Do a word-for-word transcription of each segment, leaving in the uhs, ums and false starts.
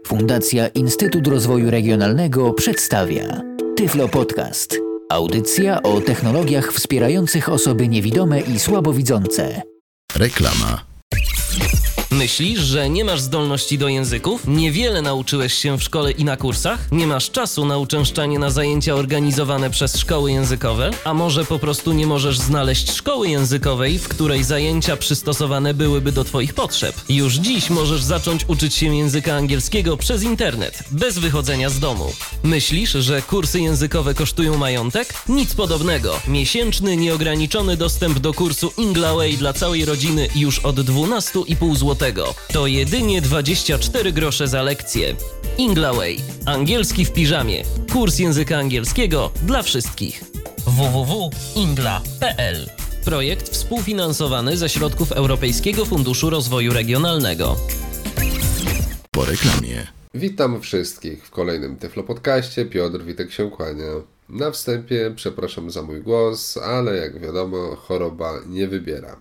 Fundacja Instytut Rozwoju Regionalnego przedstawia Tyflo Podcast. Audycja o technologiach wspierających osoby niewidome i słabowidzące. Reklama. Myślisz, że nie masz zdolności do języków? Niewiele nauczyłeś się w szkole i na kursach? Nie masz czasu na uczęszczanie na zajęcia organizowane przez szkoły językowe? A może po prostu nie możesz znaleźć szkoły językowej, w której zajęcia przystosowane byłyby do Twoich potrzeb? Już dziś możesz zacząć uczyć się języka angielskiego przez internet, bez wychodzenia z domu. Myślisz, że kursy językowe kosztują majątek? Nic podobnego. Miesięczny, nieograniczony dostęp do kursu Inglaway dla całej rodziny już od dwanaście i pół złotego. To jedynie dwadzieścia cztery grosze za lekcję. Inglaway. Angielski w piżamie. Kurs języka angielskiego dla wszystkich. w w w kropka ingla kropka p l. Projekt współfinansowany ze środków Europejskiego Funduszu Rozwoju Regionalnego. Po reklamie. Witam wszystkich w kolejnym Tyflo Podcaście. Piotr Witek się kłania. Na wstępie przepraszam za mój głos, ale jak wiadomo, choroba nie wybiera.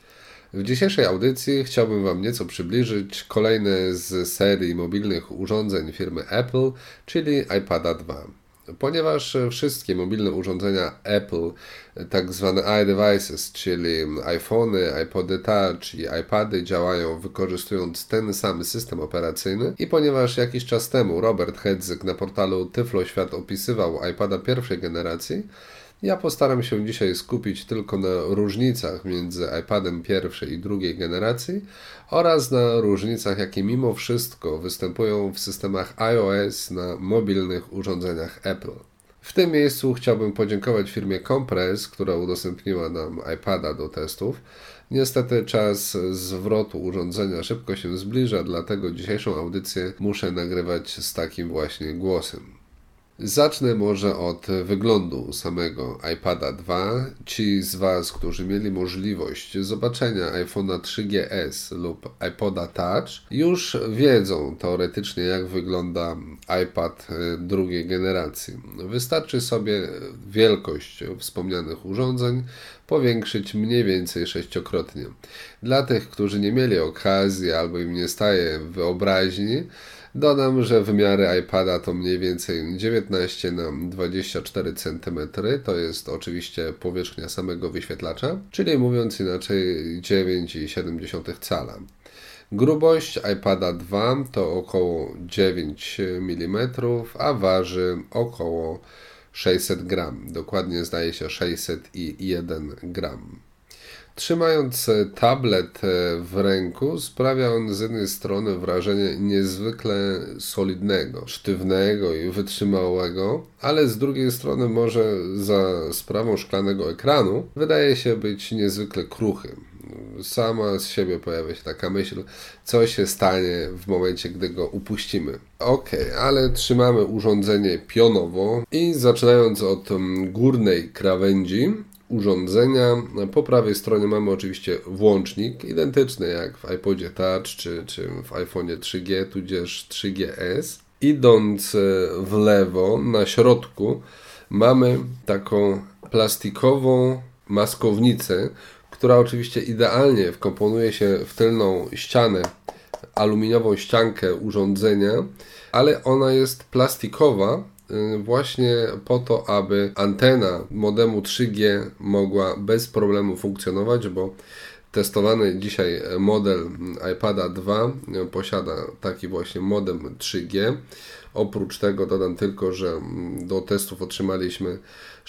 W dzisiejszej audycji chciałbym Wam nieco przybliżyć kolejne z serii mobilnych urządzeń firmy Apple, czyli iPada dwa. Ponieważ wszystkie mobilne urządzenia Apple, tak zwane iDevices, czyli iPhony, iPody Touch i iPady działają wykorzystując ten sam system operacyjny i ponieważ jakiś czas temu Robert Hedzyk na portalu Tyflo Świat opisywał iPada pierwszej generacji, ja postaram się dzisiaj skupić tylko na różnicach między iPadem pierwszej i drugiej generacji oraz na różnicach, jakie mimo wszystko występują w systemach iOS na mobilnych urządzeniach Apple. W tym miejscu chciałbym podziękować firmie Compress, która udostępniła nam iPada do testów. Niestety czas zwrotu urządzenia szybko się zbliża, dlatego dzisiejszą audycję muszę nagrywać z takim właśnie głosem. Zacznę może od wyglądu samego iPada dwa. Ci z Was, którzy mieli możliwość zobaczenia iPhone'a trzy G S lub iPoda Touch, już wiedzą teoretycznie, jak wygląda iPad drugiej generacji. Wystarczy sobie wielkość wspomnianych urządzeń powiększyć mniej więcej sześciokrotnie. Dla tych, którzy nie mieli okazji albo im nie staje w wyobraźni, dodam, że wymiary iPada to mniej więcej dziewiętnaście na dwadzieścia cztery centymetry, to jest oczywiście powierzchnia samego wyświetlacza, czyli mówiąc inaczej dziewięć przecinek siedem cala. Grubość iPada dwa to około dziewięć milimetrów, a waży około sześćset gramów, dokładnie zdaje się sześćset jeden gram. Trzymając tablet w ręku sprawia on z jednej strony wrażenie niezwykle solidnego, sztywnego i wytrzymałego, ale z drugiej strony może za sprawą szklanego ekranu wydaje się być niezwykle kruchy. Sama z siebie pojawia się taka myśl, co się stanie w momencie, gdy go upuścimy. Okej, okay, ale trzymamy urządzenie pionowo i zaczynając od górnej krawędzi urządzenia, po prawej stronie mamy oczywiście włącznik, identyczny jak w iPodzie Touch czy, czy w iPhone'ie trzy G, tudzież trzy G S. Idąc w lewo, na środku mamy taką plastikową maskownicę, która oczywiście idealnie wkomponuje się w tylną ścianę, aluminiową ściankę urządzenia, ale ona jest plastikowa właśnie po to, aby antena modemu trzy G mogła bez problemu funkcjonować, bo testowany dzisiaj model iPada dwa posiada taki właśnie modem trzy G. Oprócz tego dodam tylko, że do testów otrzymaliśmy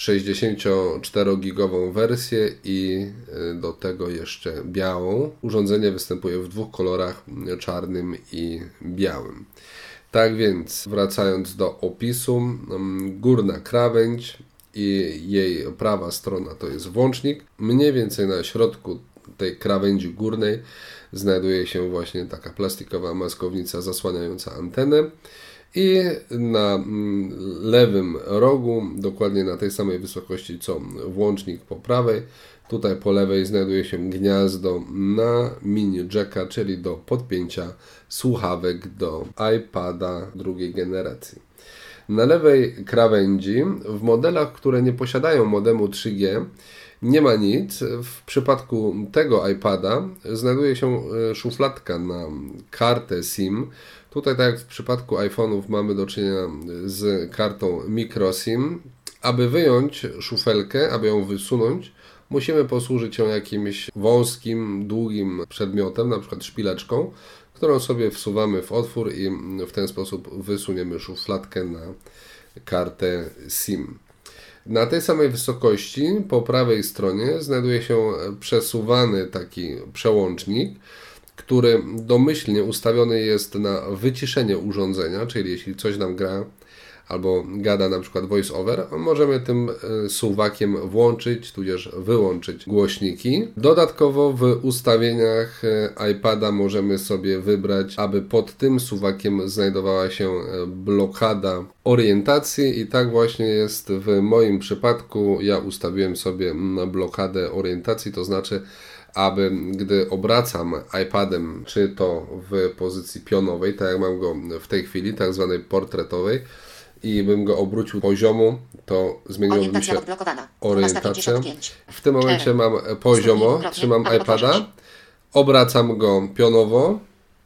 sześćdziesięcioczterogigową wersję i do tego jeszcze białą. Urządzenie występuje w dwóch kolorach, czarnym i białym. Tak więc wracając do opisu, górna krawędź i jej prawa strona to jest włącznik. Mniej więcej na środku tej krawędzi górnej znajduje się właśnie taka plastikowa maskownica zasłaniająca antenę i na lewym rogu, dokładnie na tej samej wysokości co włącznik po prawej, tutaj po lewej znajduje się gniazdo na mini jacka, czyli do podpięcia słuchawek do iPada drugiej generacji. Na lewej krawędzi w modelach, które nie posiadają modemu trzy G, nie ma nic. W przypadku tego iPada znajduje się szufladka na kartę SIM, Tutaj, tak jak w przypadku iPhone'ów, mamy do czynienia z kartą microSIM. Aby wyjąć szufelkę, aby ją wysunąć, musimy posłużyć się jakimś wąskim, długim przedmiotem, na przykład szpileczką, którą sobie wsuwamy w otwór i w ten sposób wysuniemy szufladkę na kartę SIM. Na tej samej wysokości po prawej stronie znajduje się przesuwany taki przełącznik, który domyślnie ustawiony jest na wyciszenie urządzenia, czyli jeśli coś nam gra albo gada na przykład voice over, możemy tym suwakiem włączyć, tudzież wyłączyć głośniki. Dodatkowo w ustawieniach iPada możemy sobie wybrać, aby pod tym suwakiem znajdowała się blokada orientacji i tak właśnie jest w moim przypadku. Ja ustawiłem sobie blokadę orientacji, to znaczy aby gdy obracam iPadem, czy to w pozycji pionowej, tak jak mam go w tej chwili, tak zwanej portretowej, i bym go obrócił poziomu, to zmieniłoby mi się orientacja. W tym momencie mam poziomo, trzymam iPada, obracam go pionowo.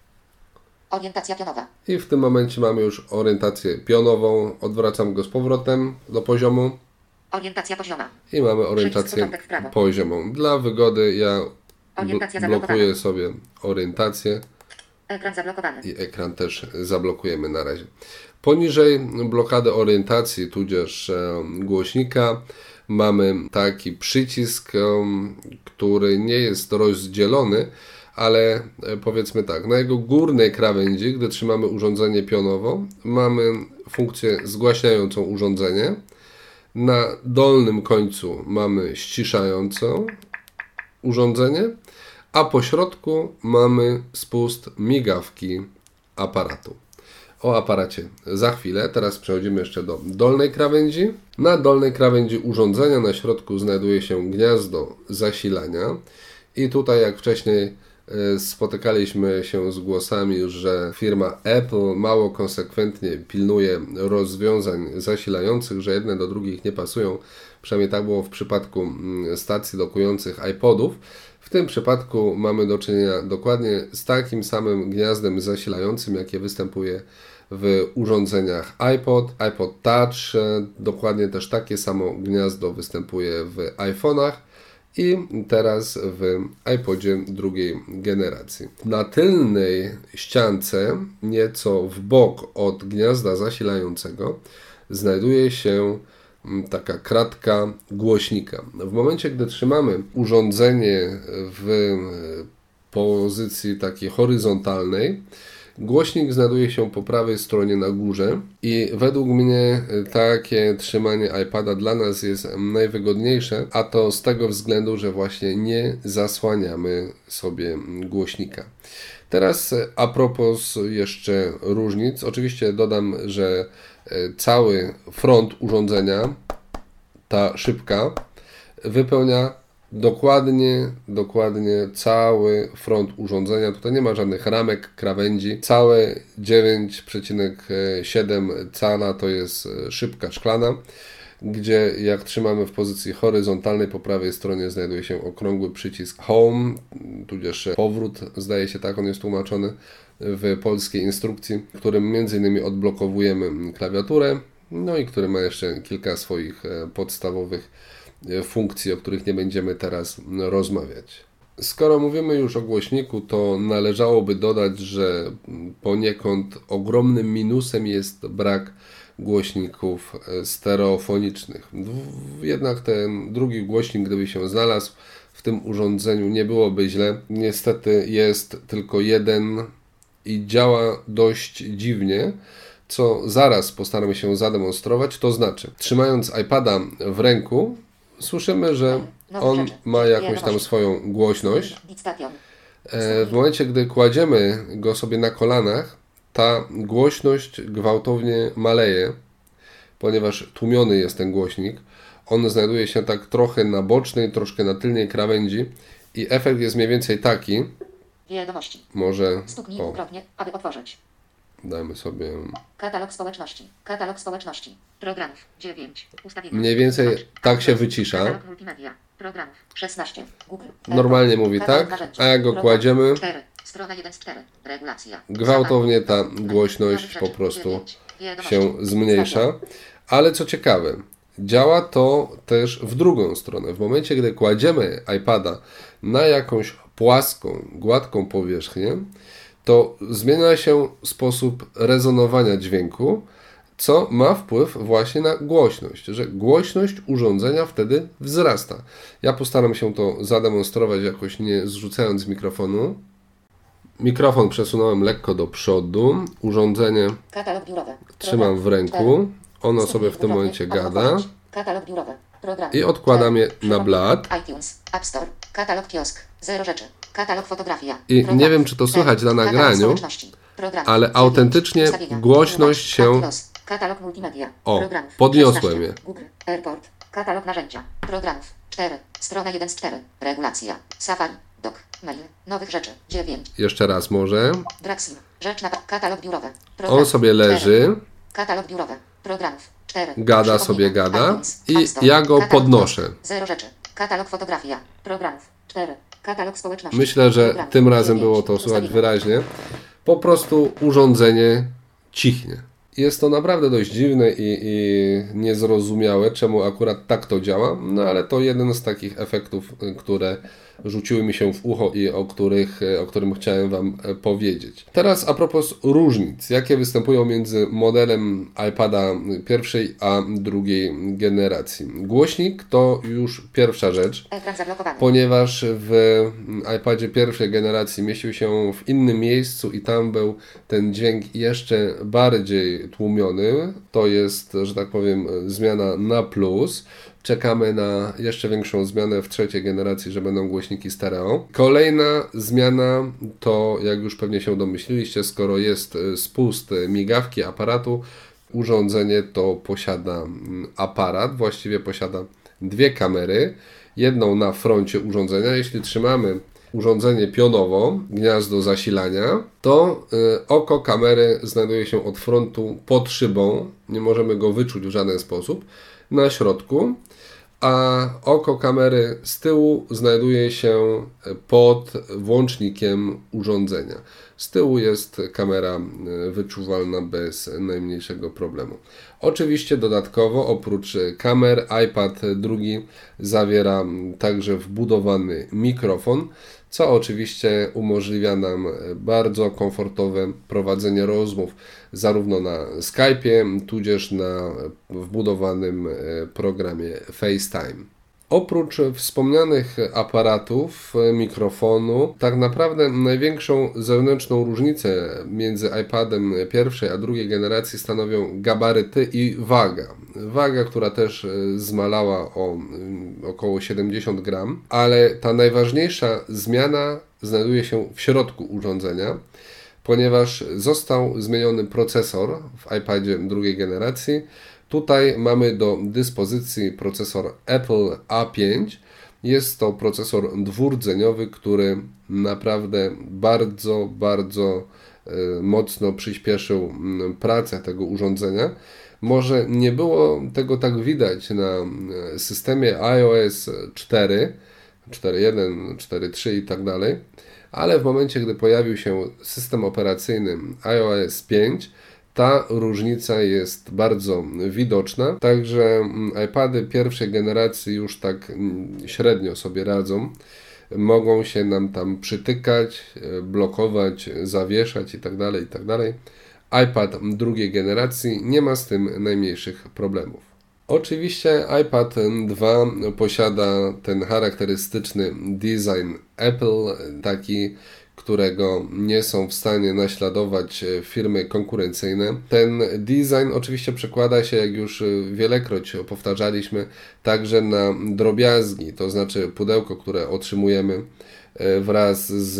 Orientacja pionowa. I w tym momencie mamy już orientację pionową, odwracam go z powrotem do poziomu. Orientacja pozioma. I mamy orientację poziomą. Dla wygody ja bl- blokuję sobie orientację. Ekran zablokowany. I ekran też zablokujemy na razie. Poniżej blokady orientacji, tudzież e, głośnika, mamy taki przycisk, e, który nie jest rozdzielony, ale e, powiedzmy tak, na jego górnej krawędzi, gdy trzymamy urządzenie pionowo, mamy funkcję zgłaśniającą urządzenie. Na dolnym końcu mamy ściszającą urządzenie, a po środku mamy spust migawki aparatu. O aparacie za chwilę. Teraz przechodzimy jeszcze do dolnej krawędzi. Na dolnej krawędzi urządzenia na środku znajduje się gniazdo zasilania i tutaj, jak wcześniej spotykaliśmy się z głosami, że firma Apple mało konsekwentnie pilnuje rozwiązań zasilających, że jedne do drugich nie pasują. Przynajmniej tak było w przypadku stacji dokujących iPodów. W tym przypadku mamy do czynienia dokładnie z takim samym gniazdem zasilającym, jakie występuje w urządzeniach iPod, iPod Touch. Dokładnie też takie samo gniazdo występuje w iPhone'ach i teraz w iPodzie drugiej generacji. Na tylnej ściance, nieco w bok od gniazda zasilającego, znajduje się taka kratka głośnika. W momencie, gdy trzymamy urządzenie w pozycji takiej horyzontalnej, głośnik znajduje się po prawej stronie na górze i według mnie takie trzymanie iPada dla nas jest najwygodniejsze, a to z tego względu, że właśnie nie zasłaniamy sobie głośnika. Teraz a propos jeszcze różnic, oczywiście dodam, że cały front urządzenia, ta szybka, wypełnia dokładnie, dokładnie cały front urządzenia. Tutaj nie ma żadnych ramek, krawędzi. Całe dziewięć przecinek siedem cala to jest szybka szklana, gdzie jak trzymamy w pozycji horyzontalnej po prawej stronie znajduje się okrągły przycisk Home, tudzież powrót, zdaje się tak on jest tłumaczony w polskiej instrukcji, którym między innymi odblokowujemy klawiaturę, no i który ma jeszcze kilka swoich podstawowych funkcji, o których nie będziemy teraz rozmawiać. Skoro mówimy już o głośniku, to należałoby dodać, że poniekąd ogromnym minusem jest brak głośników stereofonicznych. Jednak ten drugi głośnik, gdyby się znalazł w tym urządzeniu, nie byłoby źle. Niestety jest tylko jeden i działa dość dziwnie, co zaraz postaramy się zademonstrować. To znaczy, trzymając iPada w ręku, słyszymy, że on ma jakąś tam swoją głośność. W momencie, gdy kładziemy go sobie na kolanach, ta głośność gwałtownie maleje, ponieważ tłumiony jest ten głośnik. On znajduje się tak trochę na bocznej, troszkę na tylnej krawędzi i efekt jest mniej więcej taki. Wiadomości. Może. Stuknij O, dwukrotnie, aby otworzyć. Dajmy sobie... Katalog społeczności. Katalog społeczności. Programów. dziewięć. Ustawienia. Mniej więcej Słuchacz. tak się wycisza. Katalog multimedia. Programów. szesnaście. Google. Normalnie mówi Katalog tak, narzędzi. a jak go Program. kładziemy, cztery. Strona jeden z czterech. Regulacja. gwałtownie ta Zapach. głośność Nowych po rzeczy. prostu dziewięć. Wiadomości. się zmniejsza. Ale co ciekawe, działa to też w drugą stronę. W momencie, gdy kładziemy iPada na jakąś płaską, gładką powierzchnię, to zmienia się sposób rezonowania dźwięku, co ma wpływ właśnie na głośność, że głośność urządzenia wtedy wzrasta. Ja postaram się to zademonstrować jakoś nie zrzucając mikrofonu. Mikrofon przesunąłem lekko do przodu, urządzenie Katalog biurowy. trzymam w ręku, ono sobie w tym momencie gada Katalog biurowy. Program. i odkładam je na blat. iTunes, App Store, katalog kiosk, zero rzeczy, katalog fotografia. I nie programów, wiem, czy to cztery, słychać na katalog nagraniu, społeczności, programów, ale dziewięć, autentycznie ustawienia, głośność wyłącz, się... kiosk, katalog multimedia. O, programów, podniosłem szesnaście, je. Google, Airport, katalog narzędzia, programów, cztery, strona jeden z czterech, regulacja, Safari, Doc, Mail, nowych rzeczy, dziewięć, Jeszcze raz może. Draxim, rzecz na katalog biurowy. On programów, sobie leży, cztery, katalog biurowy, programów, cztery, gada przypomnienia, sobie, gada iTunes, i App Store, ja go katalog podnoszę. kiosk, zero rzeczy, katalog fotografia, programów, cztery, katalog społeczności. Myślę, że programów, tym razem dziewięć, było to słychać ustawienia. wyraźnie. Po prostu urządzenie cichnie. Jest to naprawdę dość dziwne i, i niezrozumiałe, czemu akurat tak to działa, no ale to jeden z takich efektów, które rzuciły mi się w ucho i o, których, o którym chciałem Wam powiedzieć. Teraz a propos różnic, jakie występują między modelem iPada pierwszej a drugiej generacji. Głośnik to już pierwsza rzecz, Ekran zablokowany. ponieważ w iPadzie pierwszej generacji mieścił się w innym miejscu i tam był ten dźwięk jeszcze bardziej tłumiony. To jest, że tak powiem, zmiana na plus. Czekamy na jeszcze większą zmianę w trzeciej generacji, że będą głośniki stereo. Kolejna zmiana to, jak już pewnie się domyśliliście, skoro jest spust migawki aparatu, urządzenie to posiada aparat, właściwie posiada dwie kamery. Jedną na froncie urządzenia. Jeśli trzymamy urządzenie pionowo, gniazdo zasilania, to y, oko kamery znajduje się od frontu pod szybą. Nie możemy go wyczuć w żaden sposób. Na środku, a oko kamery z tyłu znajduje się pod włącznikiem urządzenia. Z tyłu jest kamera wyczuwalna bez najmniejszego problemu. Oczywiście dodatkowo oprócz kamer iPad drugi zawiera także wbudowany mikrofon, co oczywiście umożliwia nam bardzo komfortowe prowadzenie rozmów zarówno na Skype'ie, tudzież na wbudowanym programie FaceTime. Oprócz wspomnianych aparatów, mikrofonu, tak naprawdę największą zewnętrzną różnicę między iPadem pierwszej a drugiej generacji stanowią gabaryty i waga. Waga, która też zmalała o około siedemdziesiąt gram, ale ta najważniejsza zmiana znajduje się w środku urządzenia, ponieważ został zmieniony procesor w iPadzie drugiej generacji. Tutaj mamy do dyspozycji procesor Apple A pięć. Jest to procesor dwurdzeniowy, który naprawdę bardzo, bardzo mocno przyspieszył pracę tego urządzenia. Może nie było tego tak widać na systemie iOS cztery, cztery jeden, cztery trzy i tak dalej, ale w momencie, gdy pojawił się system operacyjny iOS pięć, ta różnica jest bardzo widoczna, także iPady pierwszej generacji już tak średnio sobie radzą. Mogą się nam tam przytykać, blokować, zawieszać itd., itd. iPad drugiej generacji nie ma z tym najmniejszych problemów. Oczywiście iPad dwa posiada ten charakterystyczny design Apple, taki, którego nie są w stanie naśladować firmy konkurencyjne. Ten design oczywiście przekłada się, jak już wielekroć powtarzaliśmy, także na drobiazgi, to znaczy pudełko, które otrzymujemy wraz z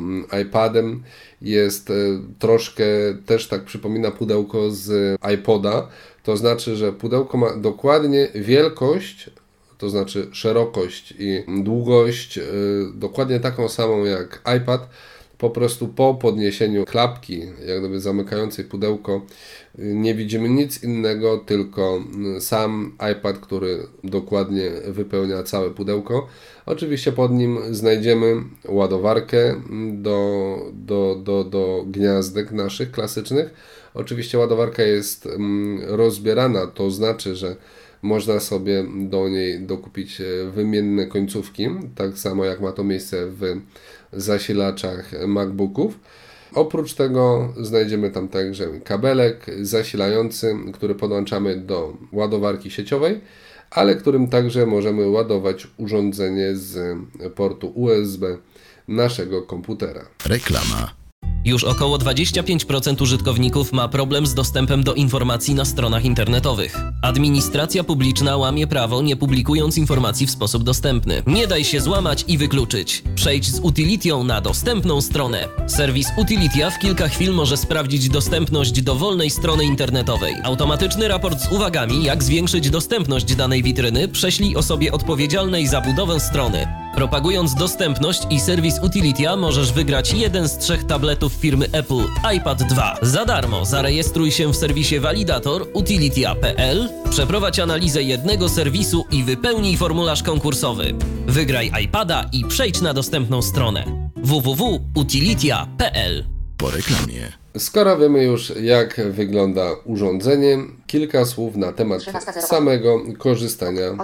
iPadem jest troszkę, też tak przypomina pudełko z iPoda, to znaczy, że pudełko ma dokładnie wielkość, to znaczy szerokość i długość, yy, dokładnie taką samą jak iPad, po prostu po podniesieniu klapki, jak gdyby zamykającej pudełko, nie widzimy nic innego, tylko sam iPad, który dokładnie wypełnia całe pudełko. Oczywiście pod nim znajdziemy ładowarkę do, do, do, do gniazdek naszych klasycznych. Oczywiście ładowarka jest rozbierana, to znaczy, że można sobie do niej dokupić wymienne końcówki, tak samo jak ma to miejsce w zasilaczach MacBooków. Oprócz tego znajdziemy tam także kabelek zasilający, który podłączamy do ładowarki sieciowej, ale którym także możemy ładować urządzenie z portu U S B naszego komputera. Reklama. Już około dwadzieścia pięć procent użytkowników ma problem z dostępem do informacji na stronach internetowych. Administracja publiczna łamie prawo, nie publikując informacji w sposób dostępny. Nie daj się złamać i wykluczyć. Przejdź z Utilitią na dostępną stronę. Serwis Utilitia w kilka chwil może sprawdzić dostępność dowolnej strony internetowej. Automatyczny raport z uwagami, jak zwiększyć dostępność danej witryny, prześlij osobie odpowiedzialnej za budowę strony. Propagując dostępność i serwis Utilitia możesz wygrać jeden z trzech tabletów firmy Apple iPad dwa. Za darmo zarejestruj się w serwisie Validator utilitia kropka p l, przeprowadź analizę jednego serwisu i wypełnij formularz konkursowy. Wygraj iPada i przejdź na dostępną stronę w w w kropka utilitia kropka p l. Po reklamie. Skoro wiemy już, jak wygląda urządzenie, kilka słów na temat samego korzystania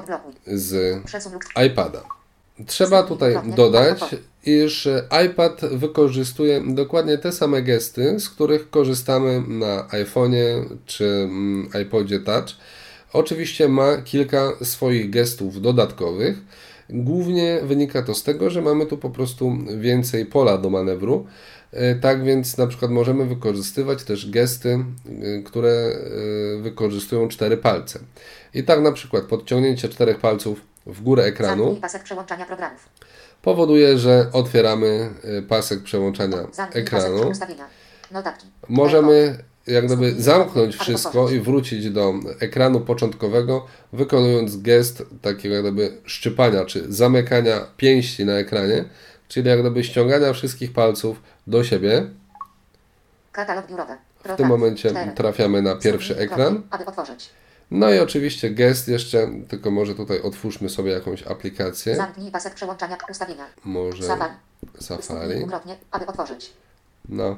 z iPada. Trzeba tutaj dodać, iż iPad wykorzystuje dokładnie te same gesty, z których korzystamy na iPhone'ie czy iPodzie Touch. Oczywiście ma kilka swoich gestów dodatkowych. Głównie wynika to z tego, że mamy tu po prostu więcej pola do manewru. Tak więc na przykład możemy wykorzystywać też gesty, które wykorzystują cztery palce. I tak na przykład podciągnięcie czterech palców w górę ekranu pasek przełączania programów. powoduje, że otwieramy pasek przełączania ekranu. Możemy jak gdyby zamknąć wszystko i wrócić do ekranu początkowego, wykonując gest takiego jak gdyby szczypania czy zamykania pięści na ekranie, czyli jak gdyby ściągania wszystkich palców do siebie. Katalog biurowy. W tym momencie trafiamy na pierwszy ekran. Aby otworzyć. No i oczywiście gest jeszcze, tylko może tutaj otwórzmy sobie jakąś aplikację. Zamknij pasek przełączania ustawienia. Może Safari. Safari. Dwukrotnie, aby otworzyć. No.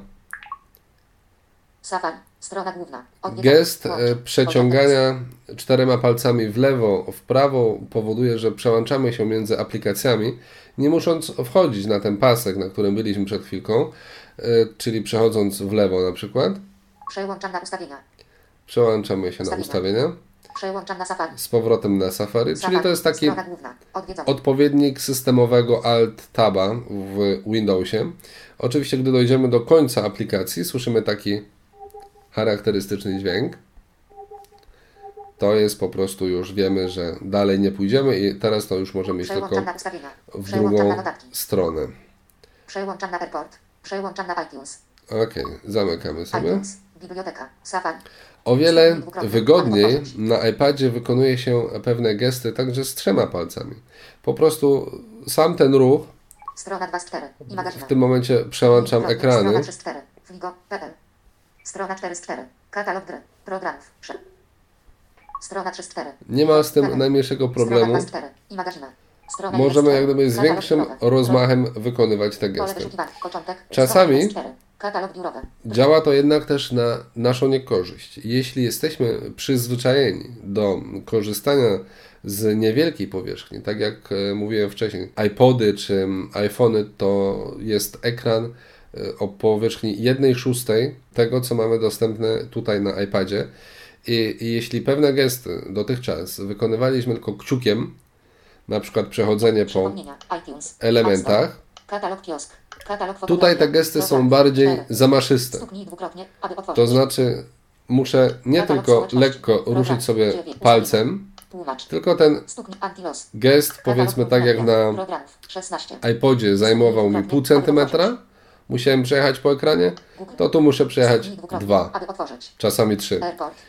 Safari. Strona główna. Odwiedzamy. Gest e, przeciągania czterema palcami w lewo, w prawo powoduje, że przełączamy się między aplikacjami, nie musząc wchodzić na ten pasek, na którym byliśmy przed chwilką, e, czyli przechodząc w lewo na przykład. Przełączam na ustawienia. Przełączamy się Ustawienia. na ustawienia. Przełączam na Safari. Z powrotem na Safari, Safari. czyli to jest taki Strona główna. Odwiedzamy. odpowiednik systemowego Alt-Taba w Windowsie. Oczywiście, gdy dojdziemy do końca aplikacji, słyszymy taki charakterystyczny dźwięk. To jest po prostu już wiemy, że dalej nie pójdziemy i teraz to już możemy iść tylko Przełączam na ustawienia. w Przełączam drugą na notatki. stronę. Przełączam na Airport. Przełączam na iTunes. Ok, zamykamy sobie. iTunes. Biblioteka. Safari. O wiele wygodniej na iPadzie wykonuje się pewne gesty także z trzema palcami. Po prostu sam ten ruch, Strona dwa z cztery. I magazyna. w tym momencie przełączam Strona ekrany. trzy z cztery. Fligo. P L. Strona cztery z cztery. Katalog gry. Programów. Prze. Strona trzy z cztery. Nie ma z tym najmniejszego Strona problemu. dwa z cztery. I magazyna. Strona Możemy jeden jak z cztery. gdyby z Katalog większym biurowy. rozmachem wykonywać te Pole gesty. wyszukiwania. Początek. Czasami Strona cztery. Katalog biurowy. działa to jednak też na naszą niekorzyść. Jeśli jesteśmy przyzwyczajeni do korzystania z niewielkiej powierzchni, tak jak e, mówiłem wcześniej, iPody czy iPhony to jest ekran e, o powierzchni jednej szóstej tego, co mamy dostępne tutaj na iPadzie. I, I jeśli pewne gesty dotychczas wykonywaliśmy tylko kciukiem, na przykład przechodzenie po Przypomnienia. iTunes. elementach, Katalog kiosk. Katalog tutaj te gesty są bardziej zamaszyste. Stuknij dwukrotnie, aby otworzyć. To znaczy muszę nie tylko lekko ruszyć sobie palcem, Tłumacz. tylko ten Stuknij anti-loss. gest, powiedzmy tak jak na Programów. szesnaście. iPodzie zajmował mi pół centymetra, musiałem przejechać po ekranie, to tu muszę przejechać Stuknij dwukrotnie, dwa, aby otworzyć. czasami trzy. Airport.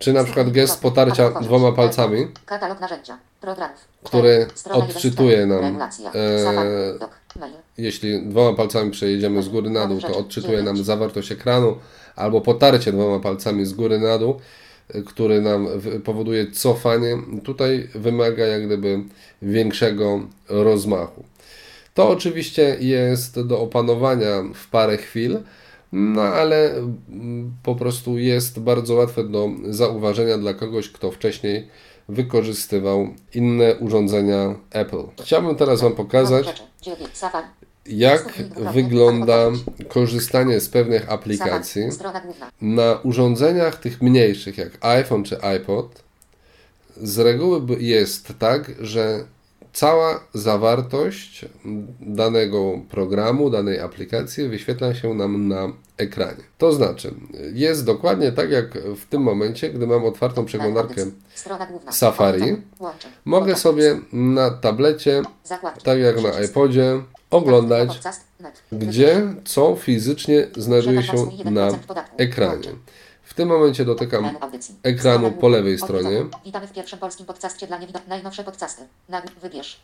czy na przykład gest potarcia dwoma palcami, Katalog narzędzia. Programów. który Strona odczytuje jeden, nam, regulacja. e, Safari, dok, mail. jeśli dwoma palcami przejedziemy z góry na dół, to odczytuje nam zawartość ekranu, albo potarcie dwoma palcami z góry na dół, który nam powoduje cofanie. Tutaj wymaga jak gdyby większego rozmachu. To oczywiście jest do opanowania w parę chwil, no ale po prostu jest bardzo łatwe do zauważenia dla kogoś, kto wcześniej wykorzystywał inne urządzenia Apple. Chciałbym teraz Wam pokazać, Safari. jak wygląda korzystanie z pewnych aplikacji Safari. Strona główna. na urządzeniach tych mniejszych, jak iPhone czy iPod. Z reguły jest tak, że cała zawartość danego programu, danej aplikacji wyświetla się nam na ekranie. To znaczy, jest dokładnie tak jak w tym momencie, gdy mam otwartą przeglądarkę Strona główna. Safari, Łącze. mogę Kontakt. sobie na tablecie, Zakładki. tak jak na Przycisk. iPodzie, oglądać, Podcast. Net. gdzie co fizycznie znajduje się na ekranie. W tym momencie dotykam Menu audycji. ekranu Strona po główna. lewej stronie, Odwiedzone. Witamy w pierwszym polskim podcastie dla niewidomych. Najnowsze podcasty. Nagł- Wybierz.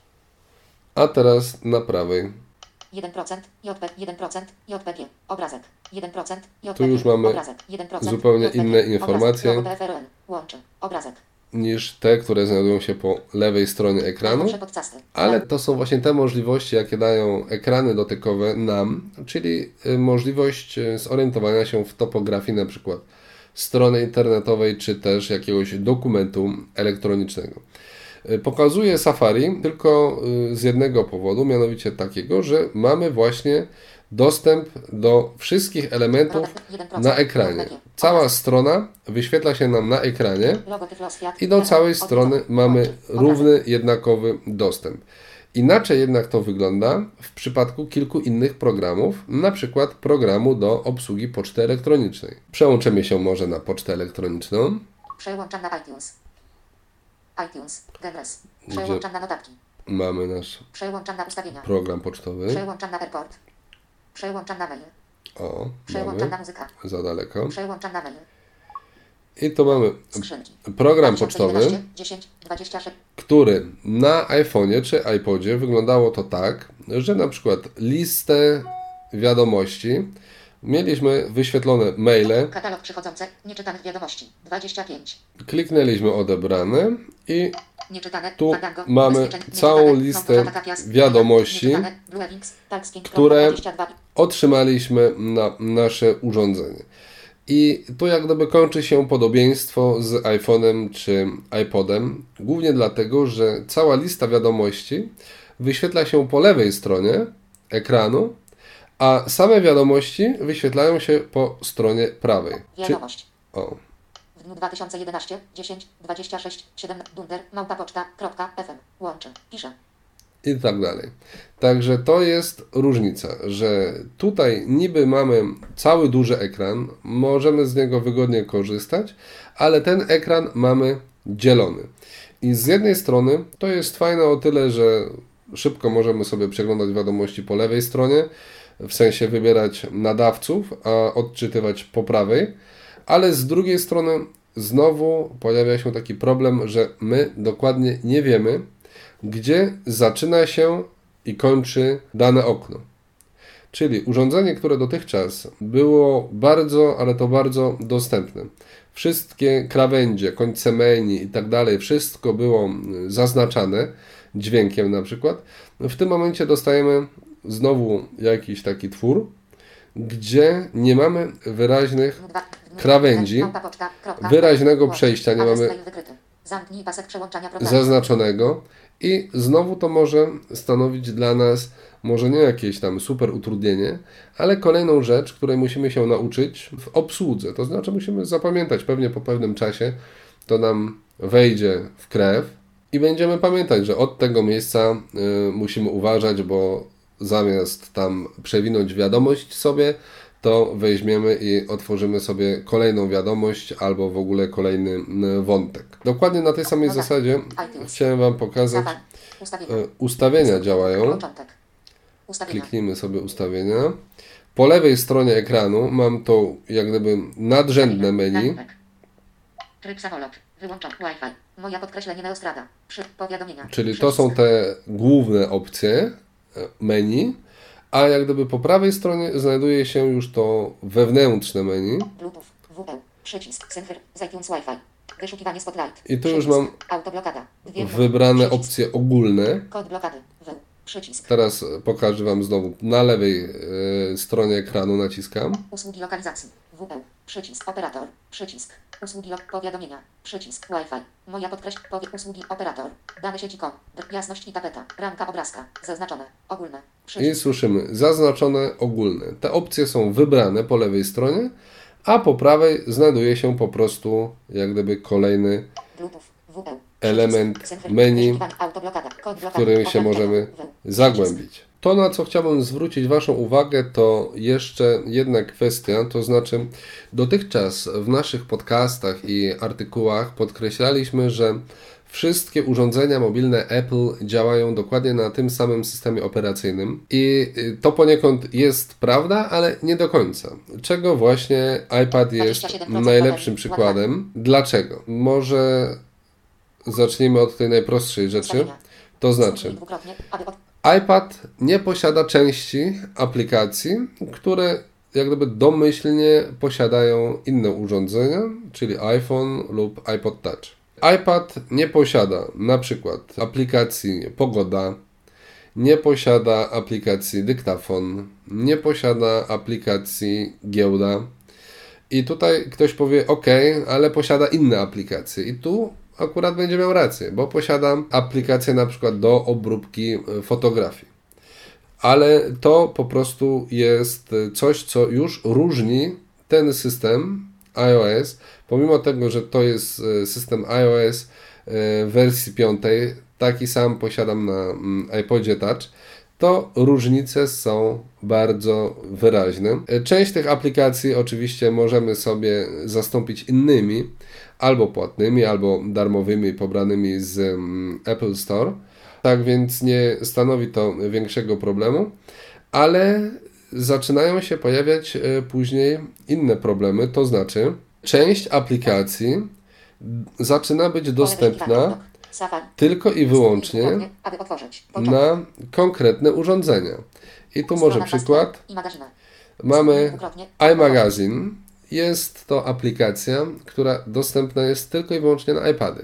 a teraz na prawej. jeden procent J P jeden procent J P G. Obrazek. jeden procent J P G. Tu już mamy obrazek. jeden procent zupełnie J P G. inne Obrazek. informacje. Logo P F R N. Łącze. Obrazek. Niż te, które znajdują się po lewej stronie ekranu, Najnowsze podcasty. ale to są właśnie te możliwości, jakie dają ekrany dotykowe nam, czyli y, możliwość y, zorientowania się w topografii na przykład strony internetowej, czy też jakiegoś dokumentu elektronicznego. Y, Pokazuję Safari tylko y, z jednego powodu, mianowicie takiego, że mamy właśnie dostęp do wszystkich elementów na ekranie. Cała strona wyświetla się nam na ekranie Logo Tyflos Fiat. i do całej Odwiedzone. strony mamy Łącze. Obrazek. równy, jednakowy dostęp. Inaczej jednak to wygląda w przypadku kilku innych programów, na przykład programu do obsługi poczty elektronicznej. Przełączymy się może na pocztę elektroniczną. Przełączam na iTunes. iTunes. Genres. Przełączam na notatki. Mamy nasz Przełączam na ustawienia. program pocztowy. Przełączam na airport. Przełączam na mail. O, Przełączam mamy na muzykę. za daleko. Przełączam na mail. I tu mamy Skrzynki. program dwa tysiące pocztowy, jedenaście, dziesięć, dwadzieścia sześć. który na iPhone'ie czy iPodzie wyglądało to tak, że na przykład listę wiadomości mieliśmy wyświetlone maile, Katalog przychodzące, nieczytanych wiadomości. dwadzieścia pięć. kliknęliśmy odebrane i Nieczytane. tu Fandango, mamy ubezpieczeń, całą nieczytane, listę Małgorzata Tapias, wiadomości, nieczytane, Blue Links, Talksking, które dwadzieścia dwa. otrzymaliśmy na nasze urządzenie. I tu jak gdyby kończy się podobieństwo z iPhone'em czy iPodem, głównie dlatego, że cała lista wiadomości wyświetla się po lewej stronie ekranu, a same wiadomości wyświetlają się po stronie prawej. Czy, Wiadomość. o, W dniu dwa tysiące jedenastego, dziesięć, dwadzieścia sześć, siedem, dunder, małpa poczta, kropka, fm. Łączy. Pisze. i tak dalej. Także to jest różnica, że tutaj niby mamy cały duży ekran, możemy z niego wygodnie korzystać, ale ten ekran mamy dzielony. I z jednej strony to jest fajne o tyle, że szybko możemy sobie przeglądać wiadomości po lewej stronie, w sensie wybierać nadawców, a odczytywać po prawej, ale z drugiej strony znowu pojawia się taki problem, że my dokładnie nie wiemy, gdzie zaczyna się i kończy dane okno. Czyli urządzenie, które dotychczas było bardzo, ale to bardzo dostępne. Wszystkie krawędzie, końce menu i tak dalej, wszystko było zaznaczane dźwiękiem na przykład. W tym momencie dostajemy znowu jakiś taki twór, gdzie nie mamy wyraźnych krawędzi, wyraźnego przejścia, nie mamy Zamknij pasek przełączania programu. zaznaczonego i znowu to może stanowić dla nas może nie jakieś tam super utrudnienie, ale kolejną rzecz, której musimy się nauczyć w obsłudze. To znaczy musimy zapamiętać, pewnie po pewnym czasie to nam wejdzie w krew i będziemy pamiętać, że od tego miejsca y, musimy uważać, bo zamiast tam przewinąć wiadomość sobie, to weźmiemy i otworzymy sobie kolejną wiadomość albo w ogóle kolejny y, wątek. Dokładnie na tej samej zasadzie chciałem Wam pokazać, Ustawienia. y, ustawienia działają. Początek. Ustawienia. Kliknijmy sobie ustawienia. Po lewej stronie ekranu mam to jak gdyby nadrzędne menu. Nagłówek. Tryb samolot. Wyłączam Wi-Fi. Moja podkreślenie Neostrada. Przy powiadomienia. Czyli to Przycisk. są te główne opcje menu, a jak gdyby po prawej stronie znajduje się już to wewnętrzne menu. Bluetooth. W P. Przycisk. Synchro. Z iTunes Wi-Fi. Wyszukiwanie Spotlight. I tu już Przycisk. mam Autoblokada. Dwie wybrane przycisk. opcje ogólne. Kod blokady. W. Przycisk. Teraz pokażę Wam znowu na lewej e, stronie ekranu naciskam. Usługi lokalizacji. W P. Przycisk. Operator. Przycisk. Usługi lok powiadomienia. Przycisk. Wi-Fi. Moja podkreśl. Powie usługi operator. Dane sieci kom. Jasność i tapeta. Ramka obrazka. Zaznaczone. Ogólne. I Przycisk. słyszymy zaznaczone ogólne. Te opcje są wybrane po lewej stronie, a po prawej znajduje się po prostu jak gdyby kolejny Bluetooth. W P. element Przycisk. menu, Wyszukiwanie. Autoblokada. Kod w blokady. którym się Operator. możemy W. zagłębić. To, na co chciałbym zwrócić Waszą uwagę, to jeszcze jedna kwestia, to znaczy dotychczas w naszych podcastach i artykułach podkreślaliśmy, że wszystkie urządzenia mobilne Apple działają dokładnie na tym samym systemie operacyjnym i to poniekąd jest prawda, ale nie do końca. Czego właśnie iPad jest najlepszym przykładem. Dlaczego? Może zacznijmy od tej najprostszej rzeczy, Ustawienia. to znaczy Dwukrotnie, aby od... iPad nie posiada części aplikacji, które jak gdyby domyślnie posiadają inne urządzenia, czyli iPhone lub iPod Touch. iPad nie posiada na przykład aplikacji Pogoda, nie posiada aplikacji Dyktafon, nie posiada aplikacji Giełda. I tutaj ktoś powie, ok, ale posiada inne aplikacje. I tu akurat będzie miał rację, bo posiadam aplikację na przykład do obróbki fotografii. Ale to po prostu jest coś, co już różni ten system iOS, pomimo tego, że to jest system iOS wersji piątej, taki sam posiadam na iPodzie Touch, to różnice są bardzo wyraźne. Część tych aplikacji oczywiście możemy sobie zastąpić innymi, albo płatnymi, albo darmowymi, pobranymi z Apple Store. Tak więc nie stanowi to większego problemu, ale zaczynają się pojawiać później inne problemy, to znaczy część aplikacji zaczyna być dostępna tylko i wyłącznie na konkretne urządzenia. I tu może przykład. Mamy iMagazine. Jest to aplikacja, która dostępna jest tylko i wyłącznie na iPady.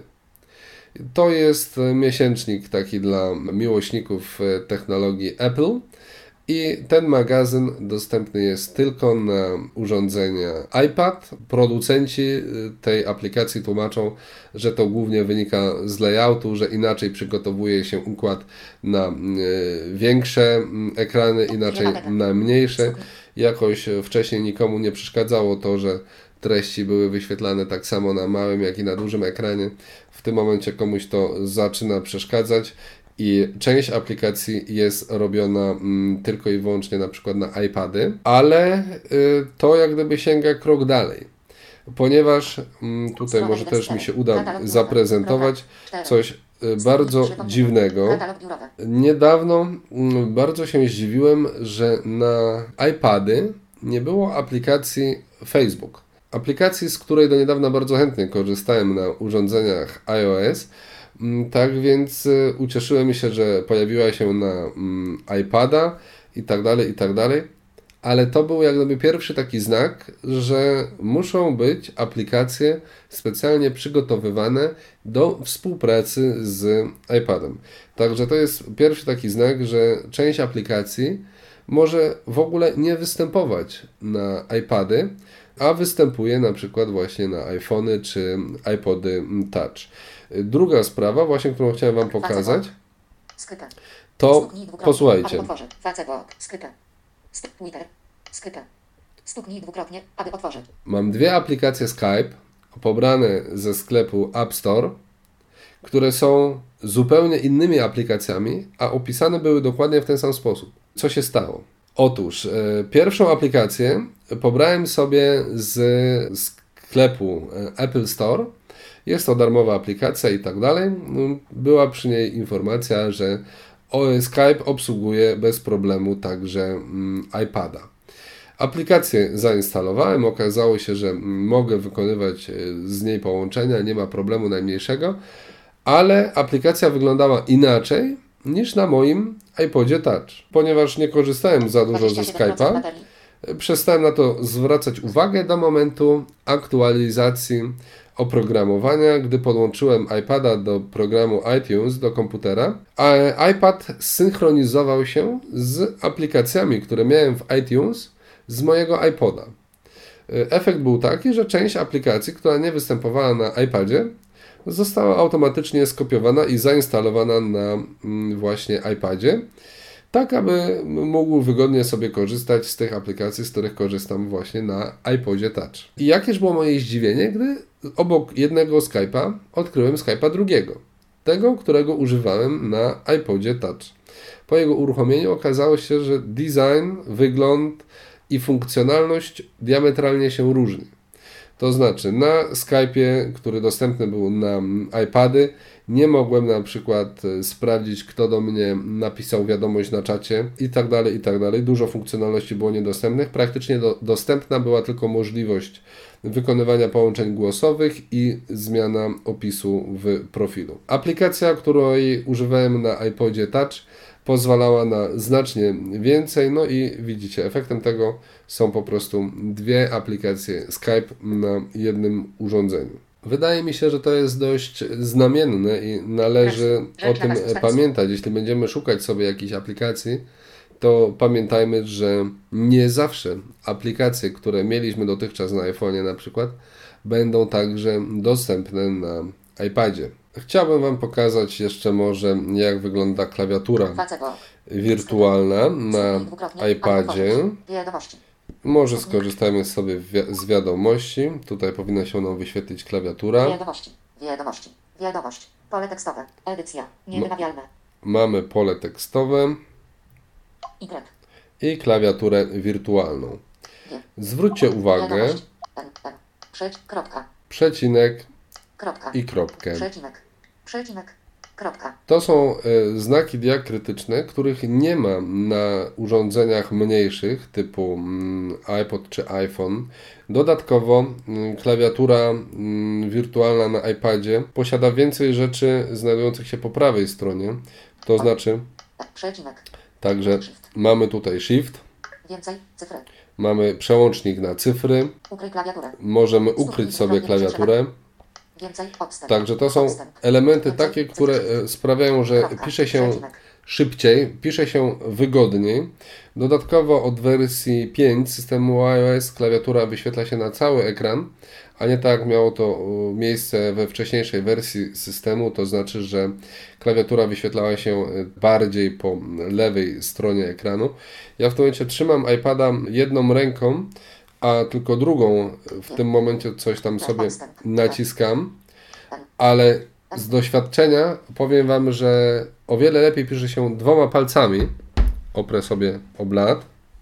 To jest miesięcznik taki dla miłośników technologii Apple i ten magazyn dostępny jest tylko na urządzenia iPad. Producenci tej aplikacji tłumaczą, że to głównie wynika z layoutu, że inaczej przygotowuje się układ na większe ekrany, inaczej na mniejsze. Jakoś wcześniej nikomu nie przeszkadzało to, że treści były wyświetlane tak samo na małym, jak i na dużym ekranie. W tym momencie komuś to zaczyna przeszkadzać i część aplikacji jest robiona mm, tylko i wyłącznie na przykład na iPady, ale y, to jak gdyby sięga krok dalej, ponieważ mm, tutaj może też mi się uda zaprezentować coś y, bardzo dziwnego. Niedawno y, bardzo się zdziwiłem, że na iPady nie było aplikacji Facebook. Aplikacji, z której do niedawna bardzo chętnie korzystałem na urządzeniach iOS. Tak więc ucieszyłem się, że pojawiła się na mm, iPada i tak dalej, i tak dalej. Ale to był jak gdyby pierwszy taki znak, że muszą być aplikacje specjalnie przygotowywane do współpracy z iPadem. Także to jest pierwszy taki znak, że część aplikacji może w ogóle nie występować na iPady, a występuje na przykład właśnie na iPhony czy iPody Touch. Druga sprawa, właśnie którą chciałem Wam pokazać, to posłuchajcie. Mam dwie aplikacje Skype pobrane ze sklepu App Store, które są zupełnie innymi aplikacjami, a opisane były dokładnie w ten sam sposób. Co się stało? Otóż e, pierwszą aplikację pobrałem sobie z sklepu Apple Store. Jest to darmowa aplikacja i tak dalej. Była przy niej informacja, że Skype obsługuje bez problemu także mm, iPada. Aplikację zainstalowałem, okazało się, że mogę wykonywać z niej połączenia, nie ma problemu najmniejszego, ale aplikacja wyglądała inaczej niż na moim iPodzie Touch. Ponieważ nie korzystałem za dużo ze Skype'a, przestałem na to zwracać uwagę do momentu aktualizacji oprogramowania, gdy podłączyłem iPada do programu iTunes do komputera, a iPad synchronizował się z aplikacjami, które miałem w iTunes z mojego iPoda. Efekt był taki, że część aplikacji, która nie występowała na iPadzie, została automatycznie skopiowana i zainstalowana na właśnie iPadzie, tak aby mógł wygodnie sobie korzystać z tych aplikacji, z których korzystam właśnie na iPodzie Touch. I jakież było moje zdziwienie, gdy obok jednego Skype'a odkryłem Skype'a drugiego, tego, którego używałem na iPodzie Touch. Po jego uruchomieniu okazało się, że design, wygląd i funkcjonalność diametralnie się różni. To znaczy na Skype'ie, który dostępny był na iPady, nie mogłem na przykład sprawdzić, kto do mnie napisał wiadomość na czacie i tak dalej, i tak dalej. Dużo funkcjonalności było niedostępnych. Praktycznie do, dostępna była tylko możliwość wykonywania połączeń głosowych i zmiana opisu w profilu. Aplikacja, której używałem na iPodzie Touch, pozwalała na znacznie więcej, no i widzicie, efektem tego są po prostu dwie aplikacje Skype na jednym urządzeniu. Wydaje mi się, że to jest dość znamienne i należy o tym pamiętać. Jeśli będziemy szukać sobie jakiejś aplikacji, to pamiętajmy, że nie zawsze aplikacje, które mieliśmy dotychczas na iPhone'ie na przykład, będą także dostępne na iPadzie. Chciałbym Wam pokazać jeszcze może, jak wygląda klawiatura wirtualna na iPadzie. Może skorzystajmy sobie z wiadomości. Tutaj powinna się nam wyświetlić klawiatura. Wiadomości, wiadomości, wiadomość, pole tekstowe, edycja, niewymawialne. Mamy pole tekstowe i klawiaturę wirtualną. Zwróćcie uwagę, przecinek i kropkę. Przecinek, przecinek, kropka. To są y, znaki diakrytyczne, których nie ma na urządzeniach mniejszych typu mm, iPod czy iPhone. Dodatkowo y, klawiatura y, wirtualna na iPadzie posiada więcej rzeczy znajdujących się po prawej stronie. To znaczy, przecinek. Także mamy tutaj Shift. Więcej cyfry. Mamy przełącznik na cyfry. Ukryj klawiaturę. Możemy ukryć sobie klawiaturę. Więcej odstęp. Także to są odstęp. elementy Więcej takie, które cyfry. sprawiają, że Kropka. pisze się Przecinek. szybciej, pisze się wygodniej. Dodatkowo od wersji pięć systemu iOS klawiatura wyświetla się na cały ekran, a nie tak jak miało to miejsce we wcześniejszej wersji systemu, to znaczy, że klawiatura wyświetlała się bardziej po lewej stronie ekranu. Ja w tym momencie trzymam iPada jedną ręką, a tylko drugą w tym momencie coś tam sobie naciskam, ale z doświadczenia powiem Wam, że o wiele lepiej pisze się dwoma palcami. Oprę sobie o blat.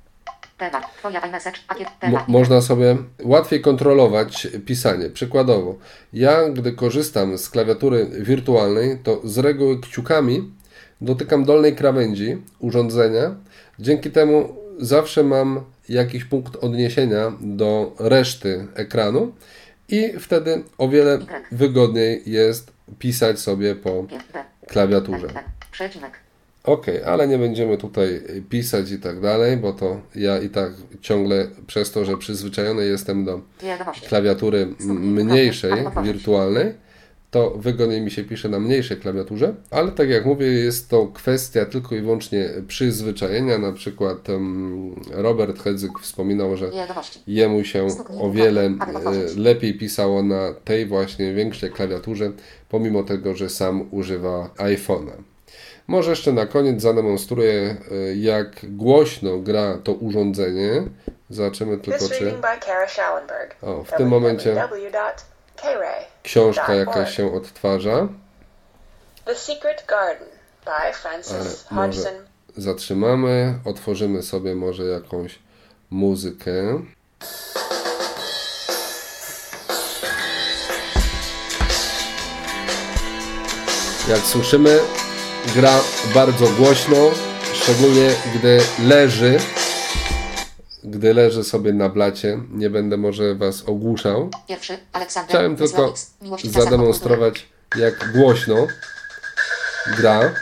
Mo- można sobie łatwiej kontrolować pisanie. Przykładowo, ja gdy korzystam z klawiatury wirtualnej, to z reguły kciukami dotykam dolnej krawędzi urządzenia. Dzięki temu zawsze mam jakiś punkt odniesienia do reszty ekranu i wtedy o wiele wygodniej jest pisać sobie po klawiaturze. Ok, ale nie będziemy tutaj pisać i tak dalej, bo to ja i tak ciągle przez to, że przyzwyczajony jestem do klawiatury mniejszej, wirtualnej, to wygodniej mi się pisze na mniejszej klawiaturze, ale tak jak mówię, jest to kwestia tylko i wyłącznie przyzwyczajenia. Na przykład um, Robert Hedzyk wspominał, że jemu się o wiele lepiej pisało na tej właśnie większej klawiaturze, pomimo tego, że sam używa iPhone'a. Może jeszcze na koniec zademonstruję, jak głośno gra to urządzenie. Zobaczymy tylko, czy... O, w tym momencie książka jakaś się odtwarza. Ale może zatrzymamy, otworzymy sobie może jakąś muzykę. Jak słyszymy, gra bardzo głośno, szczególnie gdy leży. gdy leży sobie na blacie. Nie będę może Was ogłuszał. Pierwszy, Aleksander. Chciałem tylko Słowik, miłość za zademonstrować, jak głośno gra.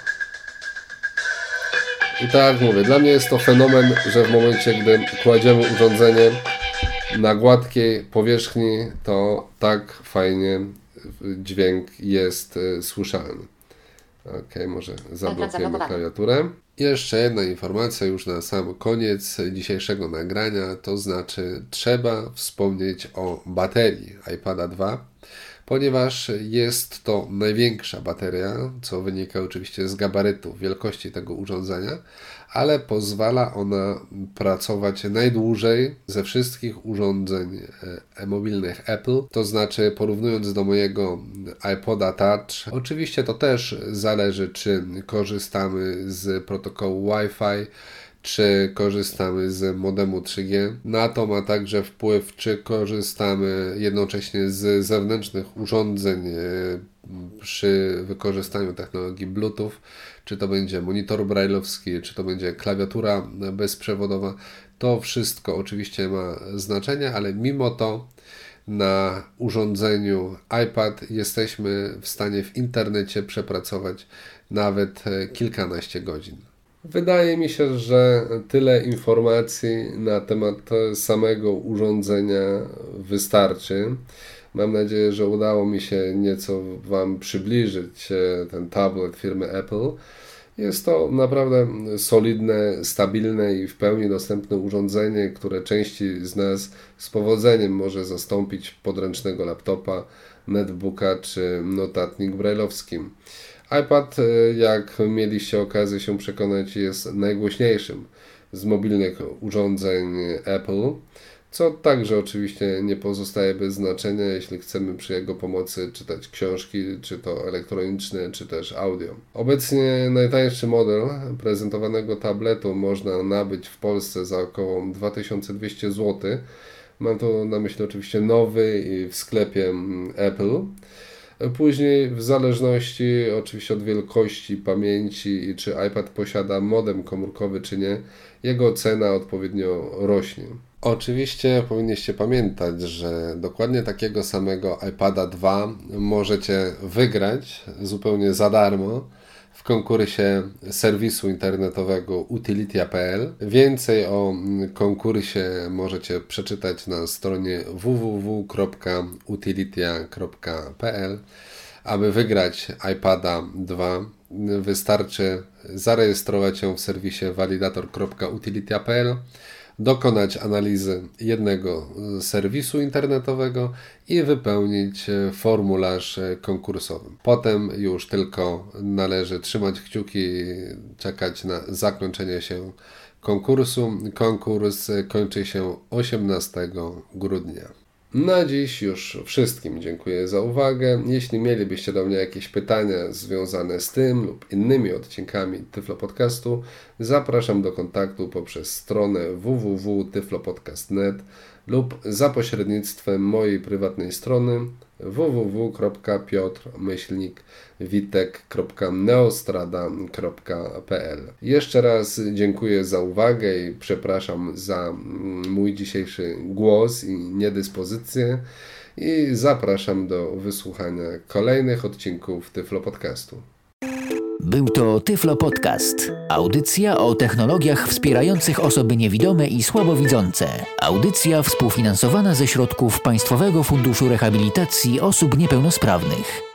I tak jak mówię, dla mnie jest to fenomen, że w momencie, gdy kładziemy urządzenie na gładkiej powierzchni, to tak fajnie dźwięk jest y, słyszalny. Ok, może zablokujemy klawiaturę. Jeszcze jedna informacja już na sam koniec dzisiejszego nagrania, to znaczy trzeba wspomnieć o baterii iPada dwa, ponieważ jest to największa bateria, co wynika oczywiście z gabarytu, wielkości tego urządzenia, ale pozwala ona pracować najdłużej ze wszystkich urządzeń mobilnych Apple, to znaczy porównując do mojego iPoda Touch, oczywiście to też zależy, czy korzystamy z protokołu Wi-Fi, czy korzystamy z modemu trzy G. Na to ma także wpływ, czy korzystamy jednocześnie z zewnętrznych urządzeń przy wykorzystaniu technologii Bluetooth, czy to będzie monitor brailleowski, czy to będzie klawiatura bezprzewodowa. To wszystko oczywiście ma znaczenie, ale mimo to na urządzeniu iPad jesteśmy w stanie w internecie przepracować nawet kilkanaście godzin. Wydaje mi się, że tyle informacji na temat samego urządzenia wystarczy. Mam nadzieję, że udało mi się nieco Wam przybliżyć ten tablet firmy Apple. Jest to naprawdę solidne, stabilne i w pełni dostępne urządzenie, które części z nas z powodzeniem może zastąpić podręcznego laptopa, netbooka czy notatnik brailleowski. iPad, jak mieliście okazję się przekonać, jest najgłośniejszym z mobilnych urządzeń Apple, co także oczywiście nie pozostaje bez znaczenia, jeśli chcemy przy jego pomocy czytać książki, czy to elektroniczne, czy też audio. Obecnie najtańszy model prezentowanego tabletu można nabyć w Polsce za około dwa tysiące dwieście złotych. Mam tu na myśli oczywiście nowy i w sklepie Apple. Później w zależności oczywiście od wielkości pamięci i czy iPad posiada modem komórkowy czy nie, jego cena odpowiednio rośnie. Oczywiście powinniście pamiętać, że dokładnie takiego samego iPada dwa możecie wygrać zupełnie za darmo w konkursie serwisu internetowego utilitya kropka p l. Więcej o konkursie możecie przeczytać na stronie w w w kropka utilitya kropka p l. Aby wygrać iPada dwa, wystarczy zarejestrować się w serwisie validator kropka utilitya kropka p l, dokonać analizy jednego serwisu internetowego i wypełnić formularz konkursowy. Potem już tylko należy trzymać kciuki, czekać na zakończenie się konkursu. Konkurs kończy się osiemnastego grudnia. Na dziś już wszystkim dziękuję za uwagę. Jeśli mielibyście do mnie jakieś pytania związane z tym lub innymi odcinkami Tyflo Podcastu, zapraszam do kontaktu poprzez stronę w w w kropka tyflopodcast kropka net lub za pośrednictwem mojej prywatnej strony w w w kropka piotr myślnik witek kropka neostrada kropka p l. Jeszcze raz dziękuję za uwagę i przepraszam za mój dzisiejszy głos i niedyspozycję i zapraszam do wysłuchania kolejnych odcinków Tyflo Podcastu. Był to Tyflo Podcast. Audycja o technologiach wspierających osoby niewidome i słabowidzące. Audycja współfinansowana ze środków Państwowego Funduszu Rehabilitacji Osób Niepełnosprawnych.